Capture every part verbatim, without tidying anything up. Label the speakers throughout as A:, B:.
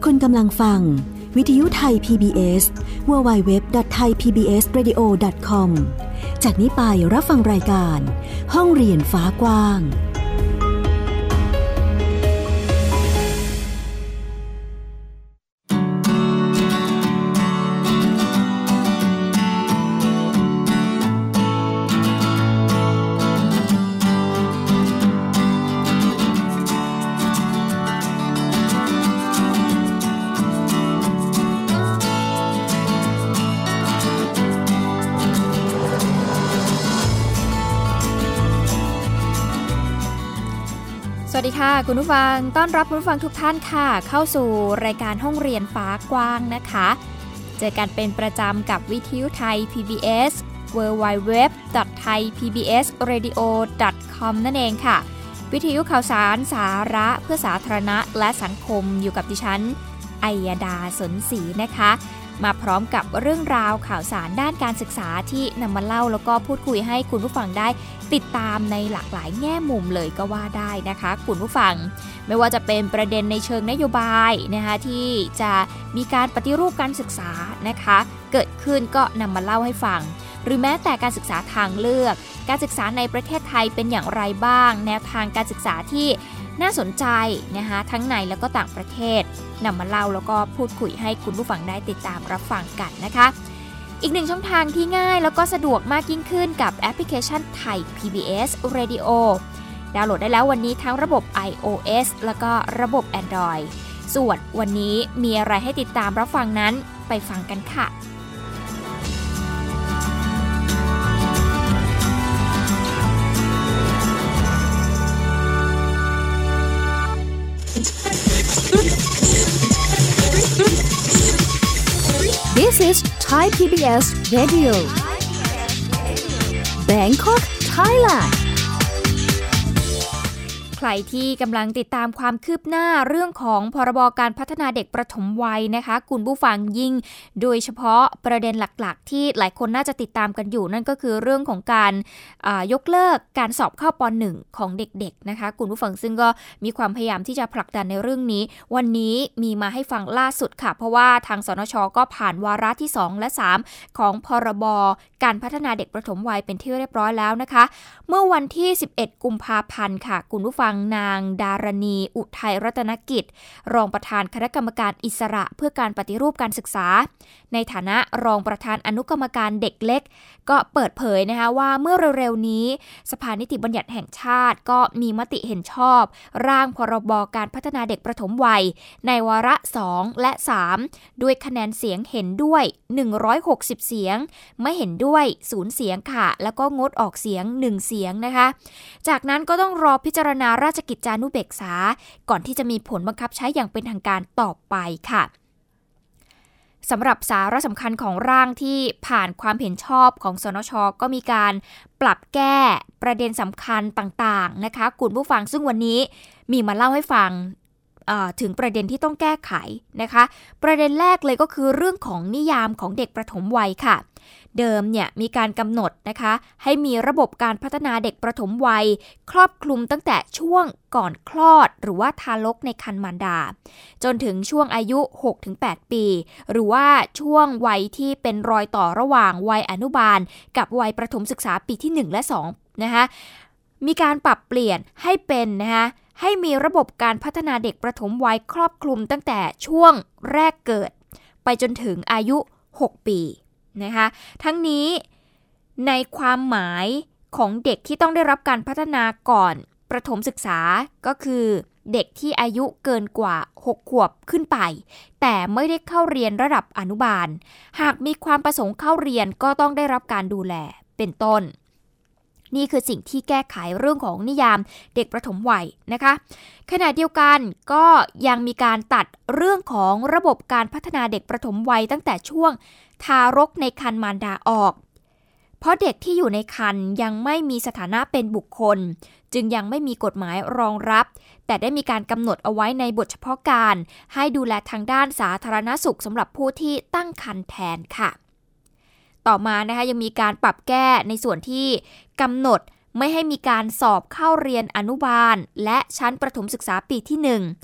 A: คุณกำลังฟังวิทยุไทย พี บี เอส ดับเบิลยู ดับเบิลยู ดับเบิลยู ดอท ไทย พี บี เอส เรดิโอ ดอท คอม จากนี้ไปรับฟังรายการห้องเรียนฟ้ากว้าง
B: สวัสดีค่ะคุณผู้ฟังต้อนรับคุณผู้ฟังทุกท่านค่ะเข้าสู่รายการห้องเรียนฟ้ากว้างนะคะเจอกันเป็นประจำกับวิทยุไทย พี บี เอส ดับเบิลยู ดับเบิลยู ดับเบิลยู ดอท ไทย พี บี เอส เรดิโอ ดอท คอม นั่นเองค่ะวิทยุข่าวสารสาระเพื่อสาธารณะและสังคมอยู่กับดิฉันอัยดาสนศรีนะคะมาพร้อมกับเรื่องราวข่าวสารด้านการศึกษาที่นำมาเล่าแล้วก็พูดคุยให้คุณผู้ฟังได้ติดตามในหลากหลายแง่มุมเลยก็ว่าได้นะคะคุณผู้ฟังไม่ว่าจะเป็นประเด็นในเชิงนโยบายนะคะที่จะมีการปฏิรูปการศึกษานะคะเกิดขึ้นก็นำมาเล่าให้ฟังหรือแม้แต่การศึกษาทางเลือกการศึกษาในประเทศไทยเป็นอย่างไรบ้างแนวทางการศึกษาที่น่าสนใจนะคะทั้งในและก็ต่างประเทศนำมาเล่าแล้วก็พูดคุยให้คุณผู้ฟังได้ติดตามรับฟังกันนะคะอีกหนึ่งช่องทางที่ง่ายแล้วก็สะดวกมากยิ่งขึ้นกับแอปพลิเคชันไทย พี บี เอส Radio ดาวน์โหลดได้แล้ววันนี้ทั้งระบบ iOS แล้วก็ระบบ Android ส่วนวันนี้มีอะไรให้ติดตามรับฟังนั้นไปฟังกันค่ะ
A: This is Thai พี บี เอส Radio Bangkok, Thailand
B: ใครที่กำลังติดตามความคืบหน้าเรื่องของพรบการพัฒนาเด็กประถมวัยนะคะคุณผู้ฟังยิ่งโดยเฉพาะประเด็นหลักๆที่หลายคนน่าจะติดตามกันอยู่นั่นก็คือเรื่องของการยกเลิกการสอบเข้าป หนึ่ง ของเด็กๆนะคะคุณผู้ฟังซึ่งก็มีความพยายามที่จะผลักดันในเรื่องนี้วันนี้มีมาให้ฟังล่าสุดค่ะเพราะว่าทางสนช.ก็ผ่านวาระที่สองและสามของพรบการพัฒนาเด็กประถมวัยเป็นที่เรียบร้อยแล้วนะคะเมื่อวันที่สิบเอ็ดกุมภาพันธ์ค่ะคุณผู้ฟังนางดารณีอุทัยรัตนกิจรองประธานคณะกรรมการอิสระเพื่อการปฏิรูปการศึกษาในฐานะรองประธานอนุกรรมการเด็กเล็กก็เปิดเผยนะคะว่าเมื่อเร็วๆนี้สภานิติบัญญัติแห่งชาติก็มีมติเห็นชอบร่างพรบการพัฒนาเด็กประถมวัยในวาระสองและสามด้วยคะแนนเสียงเห็นด้วยหนึ่งร้อยหกสิบเสียงไม่เห็นด้วยศูนย์เสียงค่ะแล้วก็งดออกเสียงหนึ่งเสียงนะคะจากนั้นก็ต้องรอพิจารณาราชกิจจานุเบกษาก่อนที่จะมีผลบังคับใช้อย่างเป็นทางการต่อไปค่ะสำหรับสาระสำคัญของร่างที่ผ่านความเห็นชอบของสนช.ก็มีการปรับแก้ประเด็นสำคัญต่างๆนะคะคุณผู้ฟังซึ่งวันนี้มีมาเล่าให้ฟังถึงประเด็นที่ต้องแก้ไขนะคะประเด็นแรกเลยก็คือเรื่องของนิยามของเด็กประถมวัยค่ะเดิมเนี่ยมีการกำหนดนะคะให้มีระบบการพัฒนาเด็กประถมวัยครอบคลุมตั้งแต่ช่วงก่อนคลอดหรือว่าทารกในครรภ์มารดาจนถึงช่วงอายุ หกถึงแปด ปีหรือว่าช่วงวัยที่เป็นรอยต่อระหว่างวัยอนุบาลกับวัยประถมศึกษาปีที่หนึ่งและสองนะคะมีการปรับเปลี่ยนให้เป็นนะคะให้มีระบบการพัฒนาเด็กประถมวัยครอบคลุมตั้งแต่ช่วงแรกเกิดไปจนถึงอายุหกปีนะคะทั้งนี้ในความหมายของเด็กที่ต้องได้รับการพัฒนาก่อนประถมศึกษาก็คือเด็กที่อายุเกินกว่าหกขวบขึ้นไปแต่ไม่ได้เข้าเรียนระดับอนุบาลหากมีความประสงค์เข้าเรียนก็ต้องได้รับการดูแลเป็นต้นนี่คือสิ่งที่แก้ไขเรื่องของนิยามเด็กประถมวัยนะคะขณะเดียวกันก็ยังมีการตัดเรื่องของระบบการพัฒนาเด็กประถมวัยตั้งแต่ช่วงทารกในครรภ์มารดาออกเพราะเด็กที่อยู่ในครรภ์ยังไม่มีสถานะเป็นบุคคลจึงยังไม่มีกฎหมายรองรับแต่ได้มีการกำหนดเอาไว้ในบทเฉพาะการให้ดูแลทางด้านสาธารณสุขสำหรับผู้ที่ตั้งครรภ์แทนค่ะต่อมานะคะยังมีการปรับแก้ในส่วนที่กำหนดไม่ให้มีการสอบเข้าเรียนอนุบาลและชั้นประถมศึกษาปีที่หนึ่งผ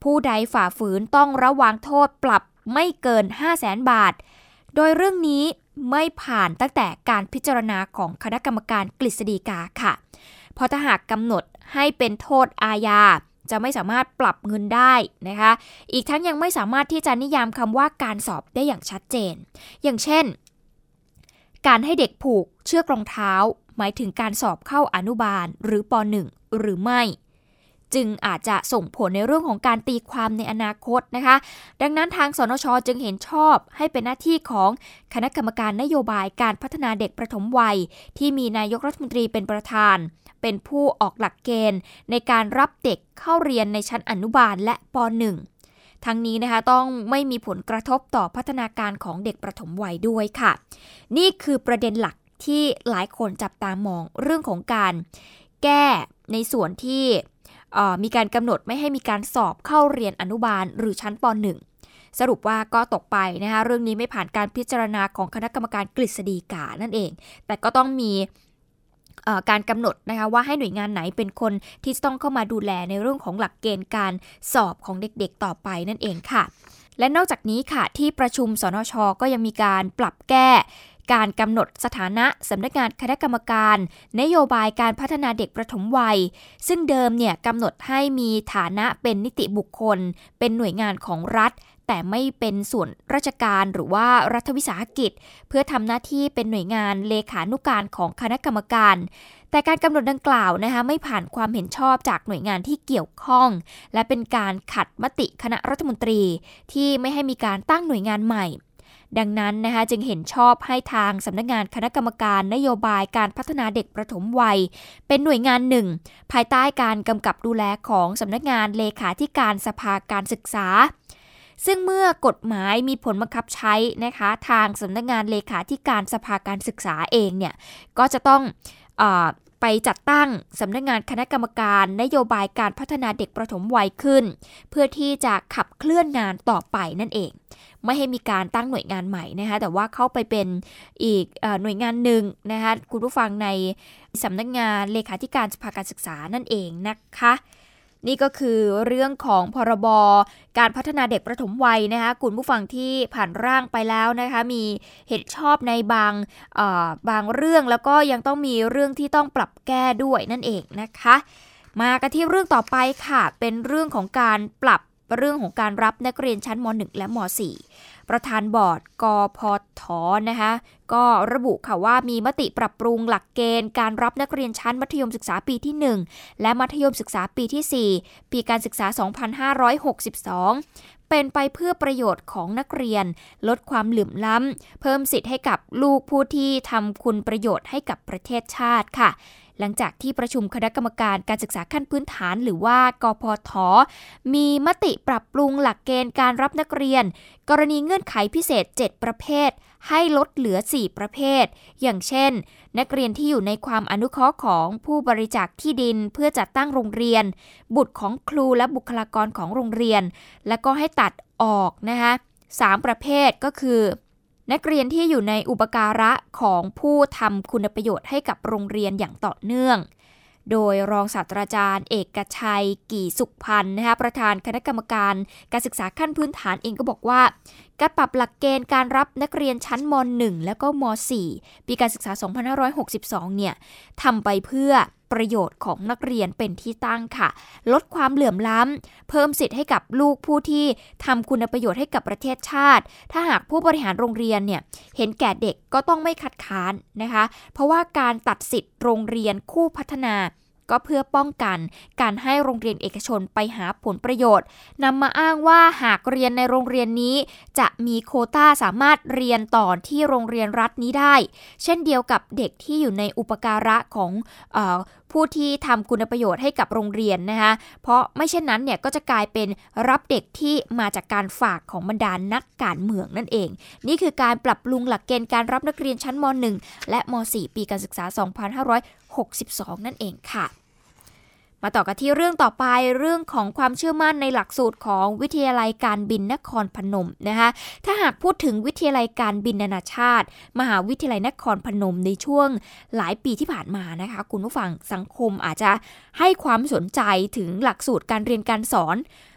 B: ผู้ใดฝ่าฝืนต้องระวางโทษปรับไม่เกิน ห้าแสน บาทโดยเรื่องนี้ไม่ผ่านตั้งแต่การพิจารณาของคณะกรรมการกฤษฎีกาค่ะเพราะถ้าหากกำหนดให้เป็นโทษอาญาจะไม่สามารถปรับเงินได้นะคะอีกทั้งยังไม่สามารถที่จะนิยามคำว่าการสอบได้อย่างชัดเจนอย่างเช่นการให้เด็กผูกเชือกรองเท้าหมายถึงการสอบเข้าอนุบาลหรือป หนึ่ง หรือไม่จึงอาจจะส่งผลในเรื่องของการตีความในอนาคตนะคะดังนั้นทางสนช.จึงเห็นชอบให้เป็นหน้าที่ของคณะกรรมการนโยบายการพัฒนาเด็กประถมวัยที่มีนายกรัฐมนตรีเป็นประธานเป็นผู้ออกหลักเกณฑ์ในการรับเด็กเข้าเรียนในชั้นอนุบาลและป หนึ่ง ทั้งนี้นะคะต้องไม่มีผลกระทบต่อพัฒนาการของเด็กประถมวัยด้วยค่ะนี่คือประเด็นหลักที่หลายคนจับตามองเรื่องของการแก้ในส่วนที่มีการกำหนดไม่ให้มีการสอบเข้าเรียนอนุบาลหรือชั้นป หนึ่ง สรุปว่าก็ตกไปนะคะเรื่องนี้ไม่ผ่านการพิจารณาของคณะกรรมการกฤษฎีกานั่นเองแต่ก็ต้องมีการกำหนดนะคะว่าให้หน่วยงานไหนเป็นคนที่ต้องเข้ามาดูแลในเรื่องของหลักเกณฑ์การสอบของเด็กๆต่อไปนั่นเองค่ะและนอกจากนี้ค่ะที่ประชุมสนช.ก็ยังมีการปรับแก้การกำหนดสถานะสำนักงานคณะกรรมการนโยบายการพัฒนาเด็กประถมวัยซึ่งเดิมเนี่ยกำหนดให้มีฐานะเป็นนิติบุคคลเป็นหน่วยงานของรัฐแต่ไม่เป็นส่วนราชการหรือว่ารัฐวิสาหกิจเพื่อทำหน้าที่เป็นหน่วยงานเลขานุการของคณะกรรมการแต่การกำหนดดังกล่าวนะคะไม่ผ่านความเห็นชอบจากหน่วยงานที่เกี่ยวข้องและเป็นการขัดมติคณะรัฐมนตรีที่ไม่ให้มีการตั้งหน่วยงานใหม่ดังนั้นนะคะจึงเห็นชอบให้ทางสำนักงานคณะกรรมการนโยบายการพัฒนาเด็กประถมวัยเป็นหน่วยงานหนึ่งภายใต้การกำกับดูแลของสำนักงานเลขาธิการสภาการศึกษาซึ่งเมื่อกฎหมายมีผลบังคับใช้นะคะทางสำนักงานเลขาธิการสภาการศึกษาเองเนี่ยก็จะต้องเอ่อไปจัดตั้งสำนักงานคณะกรรมการนโยบายการพัฒนาเด็กประถมวัยขึ้นเพื่อที่จะขับเคลื่อนงานต่อไปนั่นเองไม่ให้มีการตั้งหน่วยงานใหม่นะคะแต่ว่าเข้าไปเป็นอีกหน่วยงานหนึ่งนะคะคุณผู้ฟังในสำนักงานเลขาธิการสภาการศึกษานั่นเองนะคะนี่ก็คือเรื่องของพรบการพัฒนาเด็กประถมวัยนะคะคุณผู้ฟังที่ผ่านร่างไปแล้วนะคะมีเห็นชอบในบางเอ่อบางเรื่องแล้วก็ยังต้องมีเรื่องที่ต้องปรับแก้ด้วยนั่นเองนะคะมากันที่เรื่องต่อไปค่ะเป็นเรื่องของการปรับเรื่องของการรับนักเรียนชั้นม หนึ่ง และม สี่ ประธานบอร์ดกพฐนะคะก็ระบุค่ะว่ามีมติปรับปรุงหลักเกณฑ์การรับนักเรียนชั้นมัธยมศึกษาปีที่หนึ่งและมัธยมศึกษาปีที่สี่ปีการศึกษาสองพันห้าร้อยหกสิบสองเป็นไปเพื่อประโยชน์ของนักเรียนลดความเหลื่อมล้ำเพิ่มสิทธิ์ให้กับลูกผู้ที่ทำคุณประโยชน์ให้กับประเทศชาติค่ะหลังจากที่ประชุมคณะกรรมการการศึกษาขั้นพื้นฐานหรือว่ากพฐมีมติปรับปรุงหลักเกณฑ์การรับนักเรียนกรณีเงื่อนไขพิเศษเจ็ดประเภทให้ลดเหลือสี่ประเภทอย่างเช่นนักเรียนที่อยู่ในความอนุเคราะห์ของผู้บริจาคที่ดินเพื่อจัดตั้งโรงเรียนบุตรของครูและบุคลากรของโรงเรียนแล้วก็ให้ตัดออกนะคะสามประเภทก็คือนักเรียนที่อยู่ในอุปการะของผู้ทำคุณประโยชน์ให้กับโรงเรียนอย่างต่อเนื่องโดยรองศาสตราจารย์เอกชัยกี่สุขพันธ์นะคะประธานคณะกรรมการการศึกษาขั้นพื้นฐานเองก็บอกว่าการปรับหลักเกณฑ์การรับนักเรียนชั้นม หนึ่ง และก็ม สี่ ปีการศึกษาสองพันห้าร้อยหกสิบสองเนี่ยทำไปเพื่อประโยชน์ของนักเรียนเป็นที่ตั้งค่ะลดความเหลื่อมล้ำเพิ่มสิทธิ์ให้กับลูกผู้ที่ทำคุณประโยชน์ให้กับประเทศชาติถ้าหากผู้บริหารโรงเรียนเนี่ยเห็นแก่เด็กก็ต้องไม่คัดค้านนะคะเพราะว่าการตัดสิทธิ์โรงเรียนคู่พัฒนาก็เพื่อป้องกันการให้โรงเรียนเอกชนไปหาผลประโยชน์นำมาอ้างว่าหากเรียนในโรงเรียนนี้จะมีโควต้าสามารถเรียนต่อที่โรงเรียนรัฐนี้ได้เช่นเดียวกับเด็กที่อยู่ในอุปการะของเอ่อผู้ที่ทำคุณประโยชน์ให้กับโรงเรียนนะคะเพราะไม่เช่นนั้นเนี่ยก็จะกลายเป็นรับเด็กที่มาจากการฝากของบรรดานักการเมืองนั่นเองนี่คือการปรับปรุงหลักเกณฑ์การรับนักเรียนชั้นม หนึ่ง และม สี่ ปีการศึกษาสองพันห้าร้อยหกสิบสองนั่นเองค่ะมาต่อกันที่เรื่องต่อไปเรื่องของความเชื่อมั่นในหลักสูตรของวิทยาลัยการบินนครพนมนะคะถ้าหากพูดถึงวิทยาลัยการบินนานาชาติมหาวิทยาลัยนครพนมในช่วงหลายปีที่ผ่านมานะคะคุณผู้ฟังสังคมอาจจะให้ความสนใจถึงหลักสูตรการเรียนการสอน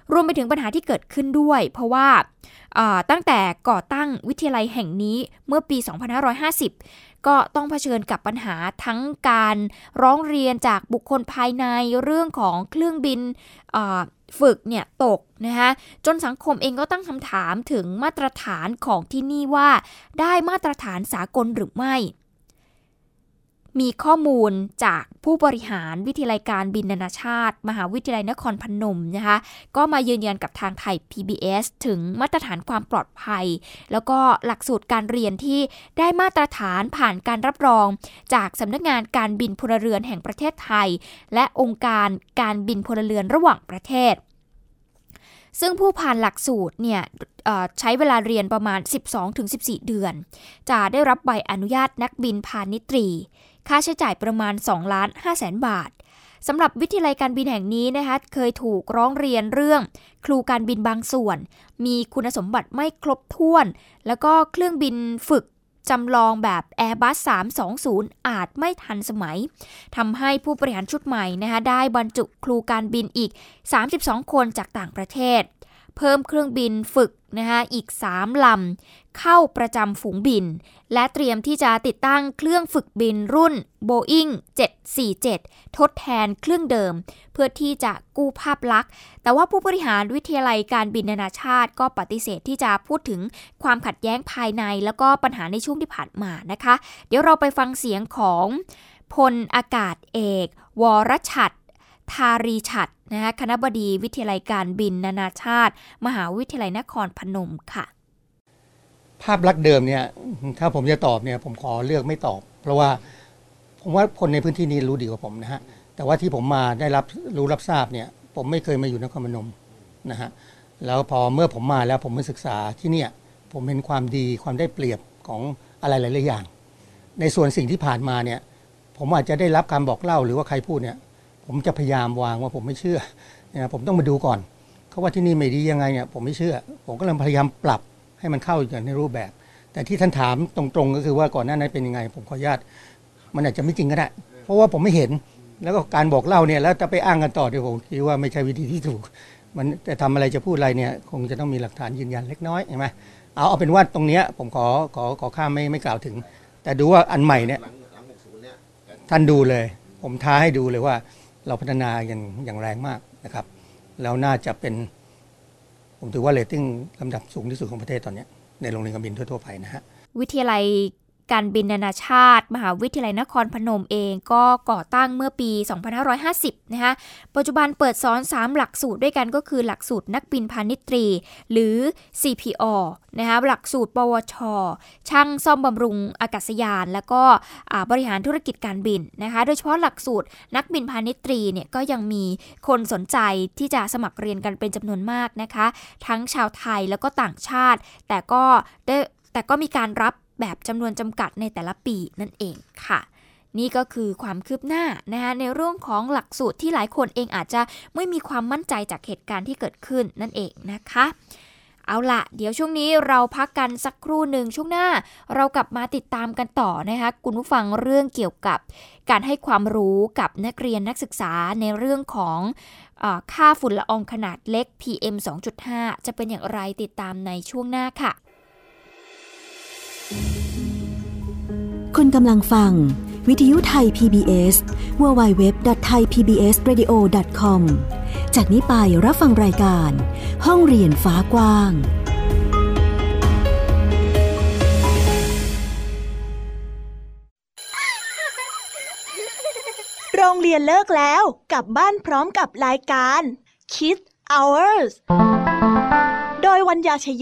B: รวมไปถึงปัญหาที่เกิดขึ้นด้วยเพราะว่าตั้งแต่ก่อตั้งวิทยาลัยแห่งนี้เมื่อปี สองพันห้าร้อยห้าสิบ ก็ต้องเผชิญกับปัญหาทั้งการร้องเรียนจากบุคคลภายในเรื่องของเครื่องบินฝึกเนี่ยตกนะคะจนสังคมเองก็ตั้งคำถามถึงมาตรฐานของที่นี่ว่าได้มาตรฐานสากลหรือไม่มีข้อมูลจากผู้บริหารวิทยาลัยการบินนานาชาติมหาวิทยาลัยนครพนมนะคะก็มายืนยันกับทางไทย พี บี เอส ถึงมาตรฐานความปลอดภัยแล้วก็หลักสูตรการเรียนที่ได้มาตรฐานผ่านการรับรองจากสำนักงานการบินพลเรือนแห่งประเทศไทยและองค์การการบินพลเรือนระหว่างประเทศซึ่งผู้ผ่านหลักสูตรเนี่ยใช้เวลาเรียนประมาณ สิบสองถึงสิบสี่ เดือนจะได้รับใบอนุญาตนักบินพาณิชย์ตรีค่าใช้จ่ายประมาณ สองล้านห้าแสน บาทสำหรับวิทยาลัยการบินแห่งนี้นะคะเคยถูกร้องเรียนเรื่องครูการบินบางส่วนมีคุณสมบัติไม่ครบถ้วนแล้วก็เครื่องบินฝึกจำลองแบบ Airbus สามสองศูนย์ อาจไม่ทันสมัยทำให้ผู้บริหารชุดใหม่นะคะได้บรรจุครูการบินอีกสามสิบสองคนจากต่างประเทศเพิ่มเครื่องบินฝึกนะคะอีกสามลำเข้าประจำฝูงบินและเตรียมที่จะติดตั้งเครื่องฝึกบินรุ่น Boeing เจ็ดสี่เจ็ด ทดแทนเครื่องเดิมเพื่อที่จะกู้ภาพลักษณ์แต่ว่าผู้บริหารวิทยาลัยการบินนานาชาติก็ปฏิเสธที่จะพูดถึงความขัดแย้งภายในแล้วก็ปัญหาในช่วงที่ผ่านมานะคะเดี๋ยวเราไปฟังเสียงของพลอากาศเอกวรชัดทารีฉัตรนะคะคณบดีวิทยาลัยการบินนานาชาติมหาวิทยาลัยนครพนมค่ะ
C: ภาพลักษณ์เดิมเนี่ยถ้าผมจะตอบเนี่ยผมขอเลือกไม่ตอบเพราะว่าผมว่าคนในพื้นที่นี้รู้ดีกว่าผมนะฮะแต่ว่าที่ผมมาได้รับรู้รับทราบเนี่ยผมไม่เคยมาอยู่นครพนมนะฮะแล้วพอเมื่อผมมาแล้วผมมาศึกษาที่เนี่ยผมเห็นความดีความได้เปรียบของอะไรหลายๆอย่างในส่วนสิ่งที่ผ่านมาเนี่ยผมอาจจะได้รับการบอกเล่าหรือว่าใครพูดเนี่ยผมจะพยายามวางว่าผมไม่เชื่อนะผมต้องมาดูก่อนเขาว่าที่นี่ไม่ดียังไงเนี่ยผมไม่เชื่อผมก็เลยพยายามปรับให้มันเข้าอย่างในรูปแบบแต่ที่ท่านถามตรงๆก็คือว่าก่อนหน้านั้นเป็นยังไงผมขออนุญาตมันอาจจะไม่จริงก็ได้เพราะว่าผมไม่เห็นแล้วก็การบอกเล่าเนี่ยแล้วจะไปอ้างกันต่อเดี๋ยวผมคิดว่าไม่ใช่วิธีที่ถูกมันจะทำอะไรจะพูดอะไรเนี่ยคงจะต้องมีหลักฐานยืนยันเล็กน้อยใช่ไหมเอาเอาเป็นว่าตรงเนี้ยผมขอขอขอข้ามไม่ไม่กล่าวถึงแต่ดูว่าอันใหม่เนี่ยท่านดูเลยผมท้าให้ดูเลยว่าเราพัฒนาอย่างอย่างแรงมากนะครับแล้วน่าจะเป็นผมถือว่าเรตติ้งลำดับสูงที่สุดของประเทศตอนนี้ในโรงเรียนการบินทั่วๆไปนะฮะ
B: วิทยาลัยการบินนานาชาติมหาวิทยาลัยนครพนมเองก็ก่อตั้งเมื่อปี สองพันห้าร้อยห้าสิบ นะคะปัจจุบันเปิดสอนสามหลักสูตรด้วยกันก็คือหลักสูตรนักบินพาณิชย์ตรีหรือ ซี พี อ นะคะหลักสูตรปวช.ช่างซ่อมบำรุงอากาศยานแล้วก็บริหารธุรกิจการบินนะคะโดยเฉพาะหลักสูตรนักบินพาณิชย์ตรีเนี่ยก็ยังมีคนสนใจที่จะสมัครเรียนกันเป็นจำนวนมากนะคะทั้งชาวไทยแล้วก็ต่างชาติแต่ก็ได้แต่ก็มีการรับแบบจำนวนจำกัดในแต่ละปีนั่นเองค่ะนี่ก็คือความคืบหน้านะคะในเรื่องของหลักสูตรที่หลายคนเองอาจจะไม่มีความมั่นใจจากเหตุการณ์ที่เกิดขึ้นนั่นเองนะคะเอาล่ะเดี๋ยวช่วงนี้เราพักกันสักครู่หนึ่งช่วงหน้าเรากลับมาติดตามกันต่อนะคะคุณผู้ฟังเรื่องเกี่ยวกับการให้ความรู้กับนักเรียนนักศึกษาในเรื่องของเอ่อค่าฝุ่นละอองขนาดเล็ก พี เอ็ม สองจุดห้า จะเป็นอย่างไรติดตามในช่วงหน้าค่ะ
A: คุณกำลังฟังวิทยุไทย พี บี เอส ดับเบิลยู ดับเบิลยู ดับเบิลยู ดอท ไทย พี บี เอส เรดิโอ ดอท คอม จากนี้ไปรับฟังรายการห้องเรียนฟ้ากว้าง
D: โรงเรียนเลิกแล้วกลับบ้านพร้อมกับรายการ Kids Hours โดยวัญญาชโย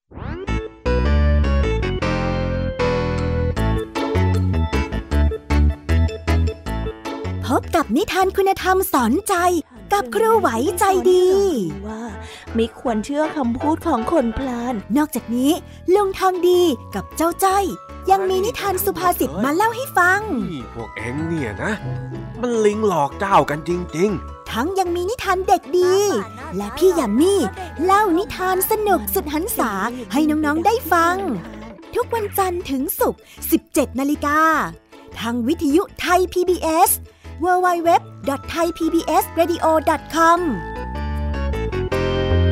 A: พบกับนิทานคุณธรรมสอนใจกับครูไหวใจดี
D: ว่าไม่ควรเชื่อคำพูดของคนพลาน
A: นอกจากนี้ลุงทองดีกับเจ้าจ้อยยังมีนิทานสุภาษิตมาเล่าให้ฟัง
E: นี่พวกเอ็งเนี่ยนะมันลิงหลอกเจ้ากันจริงๆ
A: ทั้งยังมีนิทานเด็กดีและพี่ยามีเล่านิทานสนุกสุดหรรษาให้น้องๆได้ฟังทุกวันจันทร์ถึงศุกร์ สิบเจ็ดนาฬิกาทางวิทยุไทย พี บี เอส ดับเบิลยู ดับเบิลยู ดับเบิลยู ดอท ไทย พี บี เอส เรดิโอ ดอท คอม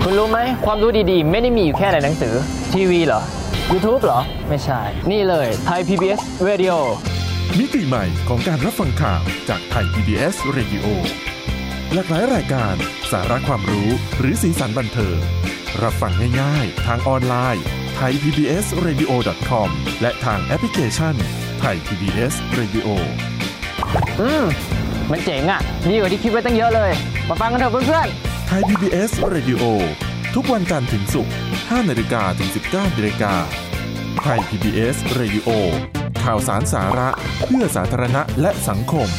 F: คุณรู้ไหมความรู้ดีๆไม่ได้มีอยู่แค่ในหนังสือทีวีเหรอ YouTube เหรอไม่ใช่นี่เลย Thai พี บี เอส Radio
G: มิติใหม่ของการรับฟังข่าวจากไทย พี บี เอส Radio หลากหลายรายการสาระความรู้หรือสีสันบันเทิงรับฟังง่ายๆทางออนไลน์ ไทย พี บี เอส เรดิโอ ดอท คอม และทางแอปพลิเคชัน Thai พี บี เอส Radio
F: อืมมันเจ๋งอ่ะดีกว่าที่คิดไว้ตั้งเยอะเลยมาฟังกันเถอะเพื่อน
G: ๆ Thai พี บี เอส Radio ทุกวันจันทร์ถึงศุกร์ ห้านาฬิกา ถึง สิบเก้านาฬิกา Thai พี บี เอส Radio ข่าวสารสาระเพื่อสาธารณะและสังคม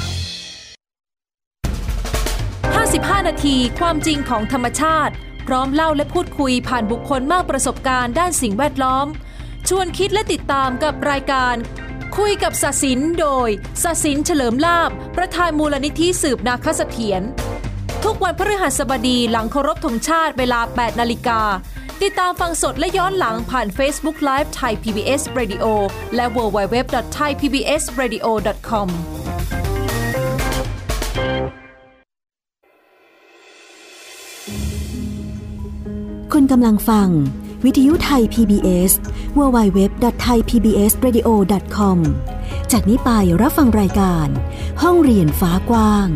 H: ห้าสิบห้านาทีความจริงของธรรมชาติพร้อมเล่าและพูดคุยผ่านบุคคลมากประสบการณ์ด้านสิ่งแวดล้อมชวนคิดและติดตามกับรายการคุยกับศศินโดยศศินเฉลิมลาภประธานมูลนิธิสืบนาคเสถียรทุกวันพฤหัสบดีหลังเคารพธงชาติเวลา แปดนาฬิกาติดตามฟังสดและย้อนหลังผ่าน Facebook Live Thai พี บี เอส Radio และ ดับเบิลยู ดับเบิลยู ดับเบิลยู ดอท ไทย พี บี เอส เรดิโอ ดอท คอม
A: คุณกำลังฟังวิทยุไทย พี บี เอส ดับเบิลยู ดับเบิลยู ดับเบิลยู ดอท ไทย พี บี เอส เรดิโอ ดอท คอม จากนี้ไปรับฟังรายการห้องเรียนฟ้ากว้าง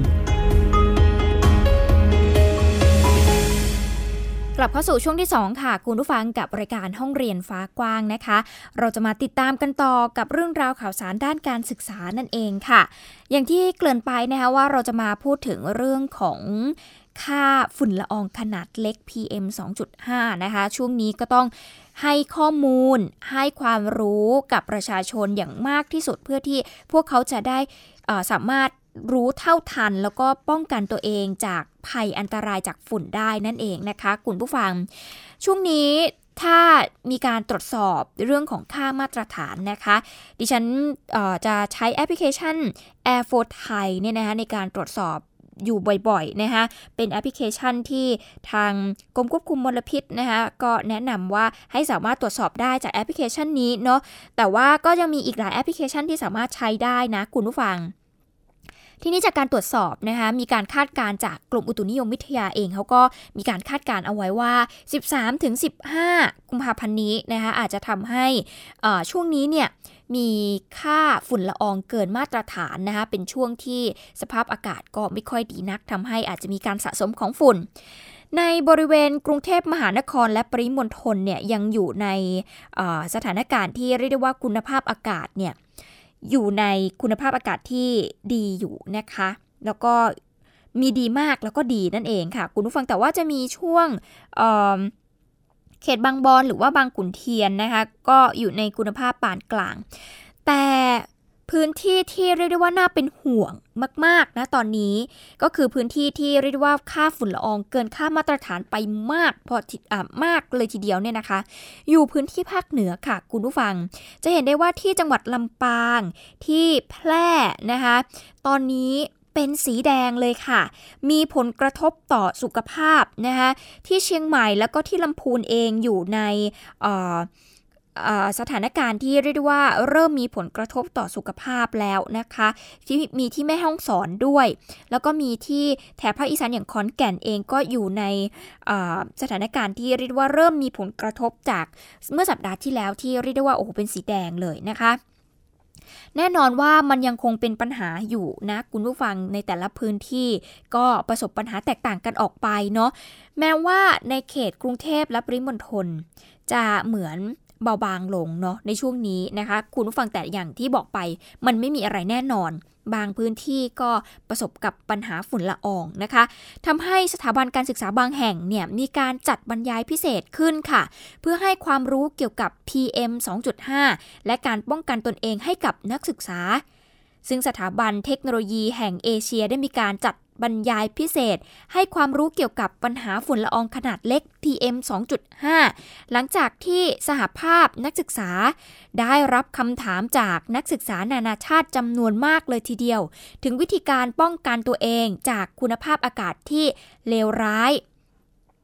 B: กลับเข้าสู่ช่วงที่สองค่ะคุณผู้ฟังกับรายการห้องเรียนฟ้ากว้างนะคะเราจะมาติดตามกันต่อกับเรื่องราวข่าวสารด้านการศึกษานั่นเองค่ะอย่างที่เกริ่นไปนะคะว่าเราจะมาพูดถึงเรื่องของค่าฝุ่นละอองขนาดเล็ก พี เอ็ม สองจุดห้า นะคะช่วงนี้ก็ต้องให้ข้อมูลให้ความรู้กับประชาชนอย่างมากที่สุดเพื่อที่พวกเขาจะได้สามารถรู้เท่าทันแล้วก็ป้องกันตัวเองจากภัยอันตรายจากฝุ่นได้นั่นเองนะคะคุณผู้ฟังช่วงนี้ถ้ามีการตรวจสอบเรื่องของค่ามาตรฐานนะคะดิฉันจะใช้แอปพลิเคชัน Air for Thai เนี่ยนะคะในการตรวจสอบอยู่บ่อยๆนะคะเป็นแอปพลิเคชันที่ทางกรมควบคุมมลพิษนะคะก็แนะนำว่าให้สามารถตรวจสอบได้จากแอปพลิเคชันนี้เนาะแต่ว่าก็ยังมีอีกหลายแอปพลิเคชันที่สามารถใช้ได้นะคุณผู้ฟังทีนี้จากการตรวจสอบนะคะมีการคาดการณ์จากกรมอุตุนิยมวิทยาเองเขาก็มีการคาดการณ์เอาไว้ว่า สิบสามถึงสิบห้า กุมภาพันธ์นี้นะคะอาจจะทำให้ช่วงนี้เนี่ยมีค่าฝุ่นละอองเกินมาตรฐานนะคะเป็นช่วงที่สภาพอากาศก็ไม่ค่อยดีนักทำให้อาจจะมีการสะสมของฝุ่นในบริเวณกรุงเทพมหานครและปริมณฑลเนี่ยยังอยู่ในสถานการณ์ที่เรียกได้ว่าคุณภาพอากาศเนี่ยอยู่ในคุณภาพอากาศที่ดีอยู่นะคะแล้วก็มีดีมากแล้วก็ดีนั่นเองค่ะคุณผู้ฟังแต่ว่าจะมีช่วง เ, เขตบางบอนหรือว่าบางขุนเทียนนะคะก็อยู่ในคุณภาพปานกลางแต่พื้นที่ที่เรียกได้ว่าน่าเป็นห่วงมากๆนะตอนนี้ก็คือพื้นที่ที่เรียกได้ว่าค่าฝุ่นละอองเกินค่ามาตรฐานไปมากพออ่ามากเลยทีเดียวเนี่ยนะคะอยู่พื้นที่ภาคเหนือค่ะคุณผู้ฟังจะเห็นได้ว่าที่จังหวัดลำปางที่แพร่นะคะตอนนี้เป็นสีแดงเลยค่ะมีผลกระทบต่อสุขภาพนะคะที่เชียงใหม่แล้วก็ที่ลำพูนเองอยู่ในเอ่อสถานการณ์ที่เรียกได้ว่าเริ่มมีผลกระทบต่อสุขภาพแล้วนะคะที่มีที่แม่ฮ่องสอนด้วยแล้วก็มีที่แถบภาคอีสานอย่างขอนแก่นเองก็อยู่ในสถานการณ์ที่เรียกว่าเริ่มมีผลกระทบจากเมื่อสัปดาห์ที่แล้วที่เรียกได้ว่าโอ้โหเป็นสีแดงเลยนะคะแน่นอนว่ามันยังคงเป็นปัญหาอยู่นะคุณผู้ฟังในแต่ละพื้นที่ก็ประสบปัญหาแตกต่างกันออกไปเนาะแม้ว่าในเขตกรุงเทพและปริมณฑลจะเหมือนเบาบางลงเนาะในช่วงนี้นะคะคุณผู้ฟังแต่อย่างที่บอกไปมันไม่มีอะไรแน่นอนบางพื้นที่ก็ประสบกับปัญหาฝุ่นละอองนะคะทำให้สถาบันการศึกษาบางแห่งเนี่ยมีการจัดบรรยายพิเศษขึ้นค่ะเพื่อให้ความรู้เกี่ยวกับ พี เอ็ม สองจุดห้า และการป้องกันตนเองให้กับนักศึกษาซึ่งสถาบันเทคโนโลยีแห่งเอเชียได้มีการจัดบรรยายพิเศษให้ความรู้เกี่ยวกับปัญหาฝุ่นละอองขนาดเล็ก พี เอ็ม สองจุดห้า หลังจากที่สหภาพนักศึกษาได้รับคำถามจากนักศึกษานานาชาติจำนวนมากเลยทีเดียวถึงวิธีการป้องกันตัวเองจากคุณภาพอากาศที่เลวร้ายผ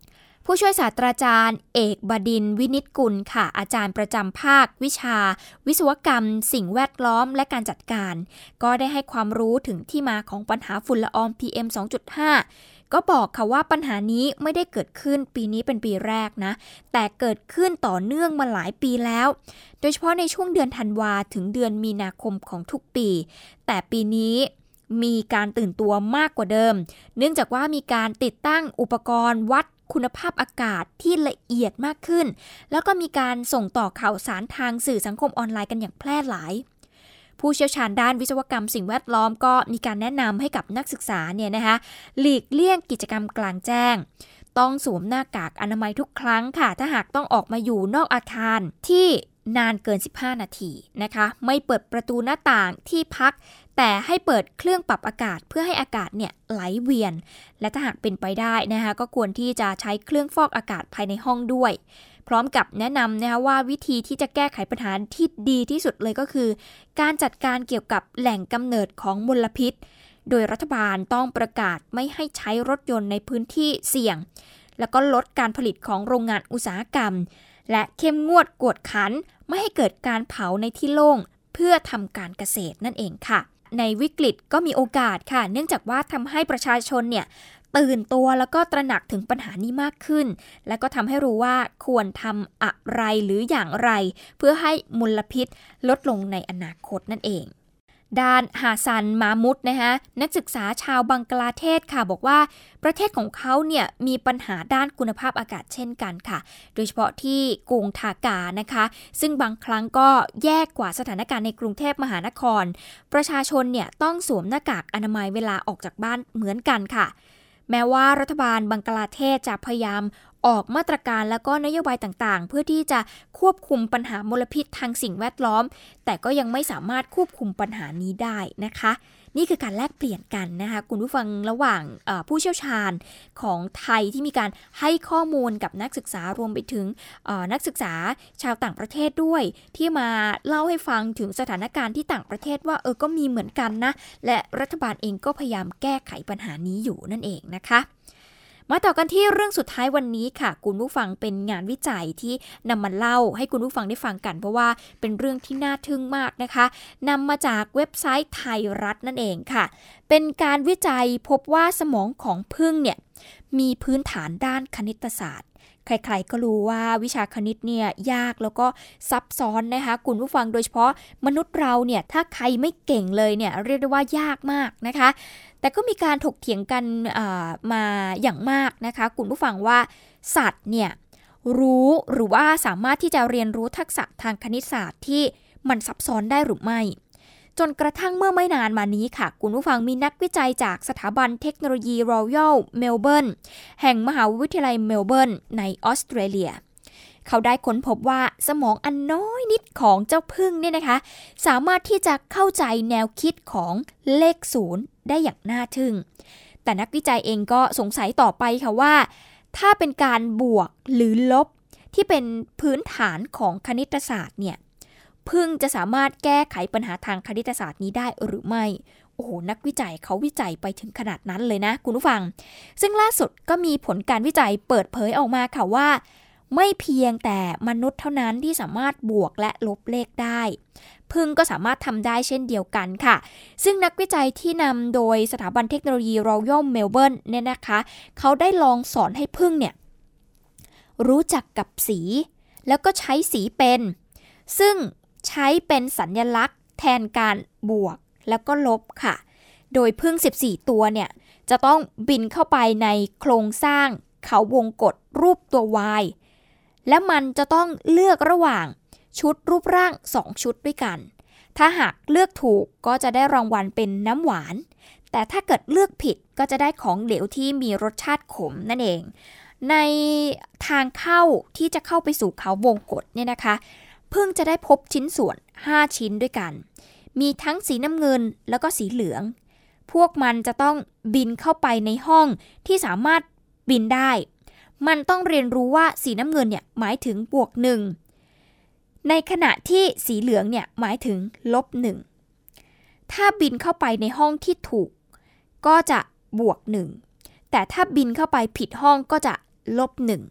B: ผู้ช่วยศาสตราจารย์เอกบดินทร์วินิจกุลค่ะอาจารย์ประจำภาควิชาวิศวกรรมสิ่งแวดล้อมและการจัดการก็ได้ให้ความรู้ถึงที่มาของปัญหาฝุ่นละออง พี เอ็ม สองจุดห้า ก็บอกค่ะว่าปัญหานี้ไม่ได้เกิดขึ้นปีนี้เป็นปีแรกนะแต่เกิดขึ้นต่อเนื่องมาหลายปีแล้วโดยเฉพาะในช่วงเดือนธันวาถึงเดือนมีนาคมของทุกปีแต่ปีนี้มีการตื่นตัวมากกว่าเดิมเนื่องจากว่ามีการติดตั้งอุปกรณ์วัดคุณภาพอากาศที่ละเอียดมากขึ้นแล้วก็มีการส่งต่อข่าวสารทางสื่อสังคมออนไลน์กันอย่างแพร่หลายผู้เชี่ยวชาญด้านวิศวกรรมสิ่งแวดล้อมก็มีการแนะนำให้กับนักศึกษาเนี่ยนะคะหลีกเลี่ยงกิจกรรมกลางแจ้งต้องสวมหน้ากากอนามัยทุกครั้งค่ะถ้าหากต้องออกมาอยู่นอกอาคารที่นานเกินสิบห้านาทีนะคะไม่เปิดประตูหน้าต่างที่พักแต่ให้เปิดเครื่องปรับอากาศเพื่อให้อากาศเนี่ยไหลเวียนและถ้าหากเป็นไปได้นะคะก็ควรที่จะใช้เครื่องฟอกอากาศภายในห้องด้วยพร้อมกับแนะนำนะคะว่าวิธีที่จะแก้ไขปัญหาที่ดีที่สุดเลยก็คือการจัดการเกี่ยวกับแหล่งกำเนิดของมลพิษโดยรัฐบาลต้องประกาศไม่ให้ใช้รถยนต์ในพื้นที่เสี่ยงแล้วก็ลดการผลิตของโรงงานอุตสาหกรรมและเข้มงวดกวดขันไม่ให้เกิดการเผาในที่โล่งเพื่อทำการเกษตรนั่นเองค่ะในวิกฤตก็มีโอกาสค่ะเนื่องจากว่าทำให้ประชาชนเนี่ยตื่นตัวแล้วก็ตระหนักถึงปัญหานี้มากขึ้นและก็ทำให้รู้ว่าควรทำอะไรหรืออย่างไรเพื่อให้มลพิษลดลงในอนาคตนั่นเองด้านฮาซันมามุดนะคะนักศึกษาชาวบังกลาเทศค่ะบอกว่าประเทศของเขาเนี่ยมีปัญหาด้านคุณภาพอากาศเช่นกันค่ะโดยเฉพาะที่กรุงทากานะคะซึ่งบางครั้งก็แย่กว่าสถานการณ์ในกรุงเทพมหานครประชาชนเนี่ยต้องสวมหน้ากากอนามัยเวลาออกจากบ้านเหมือนกันค่ะแม้ว่ารัฐบาลบังกลาเทศจะพยายามออกมาตรการและก็นโยบายต่างๆเพื่อที่จะควบคุมปัญหามลพิษทางสิ่งแวดล้อมแต่ก็ยังไม่สามารถควบคุมปัญหานี้ได้นะคะนี่คือการแลกเปลี่ยนกันนะคะคุณผู้ฟังระหว่างผู้เชี่ยวชาญของไทยที่มีการให้ข้อมูลกับนักศึกษารวมไปถึงนักศึกษาชาวต่างประเทศด้วยที่มาเล่าให้ฟังถึงสถานการณ์ที่ต่างประเทศว่าเออก็มีเหมือนกันนะและรัฐบาลเองก็พยายามแก้ไขปัญหานี้อยู่นั่นเองนะคะมาต่อกันที่เรื่องสุดท้ายวันนี้ค่ะคุณผู้ฟังเป็นงานวิจัยที่นำมาเล่าให้คุณผู้ฟังได้ฟังกันเพราะว่าเป็นเรื่องที่น่าทึ่งมากนะคะนำมาจากเว็บไซต์ไทยรัฐนั่นเองค่ะเป็นการวิจัยพบว่าสมองของผึ้งเนี่ยมีพื้นฐานด้านคณิตศาสตร์ใครๆก็รู้ว่าวิชาคณิตเนี่ยยากแล้วก็ซับซ้อนนะคะคุณผู้ฟังโดยเฉพาะมนุษย์เราเนี่ยถ้าใครไม่เก่งเลยเนี่ยเรียกได้ว่ายากมากนะคะแต่ก็มีการถกเถียงกันมาอย่างมากนะคะคุณผู้ฟังว่าสัตว์เนี่ยรู้หรือว่าสามารถที่จะเรียนรู้ทักษะทางคณิตศาสตร์ที่มันซับซ้อนได้หรือไม่จนกระทั่งเมื่อไม่นานมานี้ค่ะคุณผู้ฟังมีนักวิจัยจากสถาบันเทคโนโลยี Royal Melbourne แห่งมหาวิทยาลัยเมลเบิร์นในออสเตรเลียเขาได้ค้นพบว่าสมองอันน้อยนิดของเจ้าผึ้งเนี่ยนะคะสามารถที่จะเข้าใจแนวคิดของเลขศูนย์ได้อย่างน่าทึ่งแต่นักวิจัยเองก็สงสัยต่อไปค่ะว่าถ้าเป็นการบวกหรือลบที่เป็นพื้นฐานของคณิตศาสตร์เนี่ยผึ้งจะสามารถแก้ไขปัญหาทางคณิตศาสตร์นี้ได้หรือไม่โอ้โหนักวิจัยเขาวิจัยไปถึงขนาดนั้นเลยนะคุณผู้ฟังซึ่งล่าสุดก็มีผลการวิจัยเปิดเผยออกมาค่ะว่าไม่เพียงแต่มนุษย์เท่านั้นที่สามารถบวกและลบเลขได้ผึ้งก็สามารถทำได้เช่นเดียวกันค่ะซึ่งนักวิจัยที่นำโดยสถาบันเทคโนโลยี Royal Melbourne เนี่ยนะคะเขาได้ลองสอนให้ผึ้งเนี่ยรู้จักกับสีแล้วก็ใช้สีเป็นซึ่งใช้เป็นสัญลักษณ์แทนการบวกแล้วก็ลบค่ะโดยผึ้งสิบสี่ตัวเนี่ยจะต้องบินเข้าไปในโครงสร้างเขาวงกตรูปตัว Y และมันจะต้องเลือกระหว่างชุดรูปร่างสองชุดด้วยกันถ้าหากเลือกถูกก็จะได้รางวัลเป็นน้ำหวานแต่ถ้าเกิดเลือกผิดก็จะได้ของเหลวที่มีรสชาติขมนั่นเองในทางเข้าที่จะเข้าไปสู่เขาวงกตเนี่ยนะคะผึ้งจะได้พบชิ้นส่วนห้าชิ้นด้วยกันมีทั้งสีน้ำเงินแล้วก็สีเหลืองพวกมันจะต้องบินเข้าไปในห้องที่สามารถบินได้มันต้องเรียนรู้ว่าสีน้ำเงินเนี่ยหมายถึงบวกหนึ่งในขณะที่สีเหลืองเนี่ยหมายถึงลบหนึ่งถ้าบินเข้าไปในห้องที่ถูกก็จะบวกหนึ่งแต่ถ้าบินเข้าไปผิดห้องก็จะลบหนึ่ง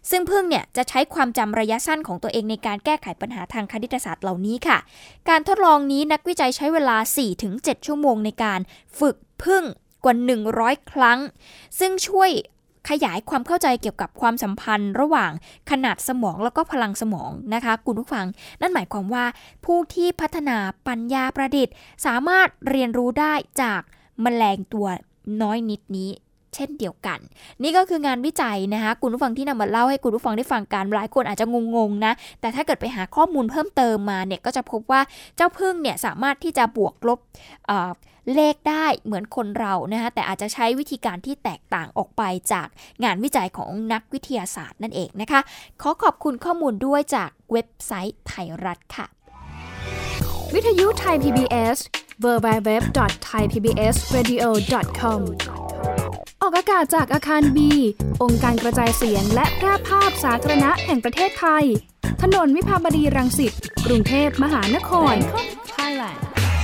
B: ซึ่งผึ้งเนี่ยจะใช้ความจำระยะสั้นของตัวเองในการแก้ไขปัญหาทางคณิตศาสตร์เหล่านี้ค่ะการทดลองนี้นักวิจัยใช้เวลา สี่ถึงเจ็ด ชั่วโมงในการฝึกผึ้งกว่าหนึ่งร้อยครั้งซึ่งช่วยขยายความเข้าใจเกี่ยวกับความสัมพันธ์ระหว่างขนาดสมองแล้วก็พลังสมองนะคะคุณผู้ฟังนั่นหมายความว่าผู้ที่พัฒนาปัญญาประดิษฐ์สามารถเรียนรู้ได้จากแมลงตัวน้อยนิดนี้เช่นเดียวกันนี่ก็คืองานวิจัยนะคะคุณผู้ฟังที่นำมาเล่าให้คุณผู้ฟังได้ฟังกันหลายคนอาจจะงงๆนะแต่ถ้าเกิดไปหาข้อมูลเพิ่มเติมมาเนี่ยก็จะพบว่าเจ้าผึ้งเนี่ยสามารถที่จะบวกลบเอ่อเลขได้เหมือนคนเรานะคะแต่อาจจะใช้วิธีการที่แตกต่างออกไปจากงานวิจัยของนักวิทยาศาสตร์นั่นเองนะคะขอขอบคุณข้อมูลด้วยจากเว็บไซต์ไทยรัฐค่ะ
I: วิทยุไทย พี บี เอส ดับเบิลยู ดับเบิลยู ดับเบิลยู ดอท ไทย พี บี เอส เรดิโอ ดอท คอม ออกอากาศจากอาคาร B องค์การกระจายเสียงและแพร่ภาพสาธารณะแห่งประเทศไทยถนนวิภาวดีรังสิตกรุงเทพมหานคร Thailand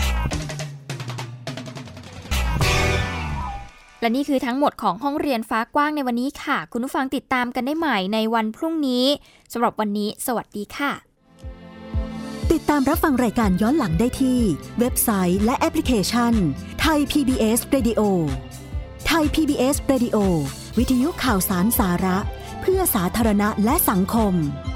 B: และนี่คือทั้งหมดของห้องเรียนฟ้ากว้างในวันนี้ค่ะคุณผู้ฟังติดตามกันได้ใหม่ในวันพรุ่งนี้สำหรับวันนี้สวัสดีค่ะ
A: ติดตามรับฟังรายการย้อนหลังได้ที่เว็บไซต์และแอปพลิเคชัน Thai พี บี เอส Radio Thai พี บี เอส Radio วิทยุข่าวสารสาระเพื่อสาธารณะและสังคม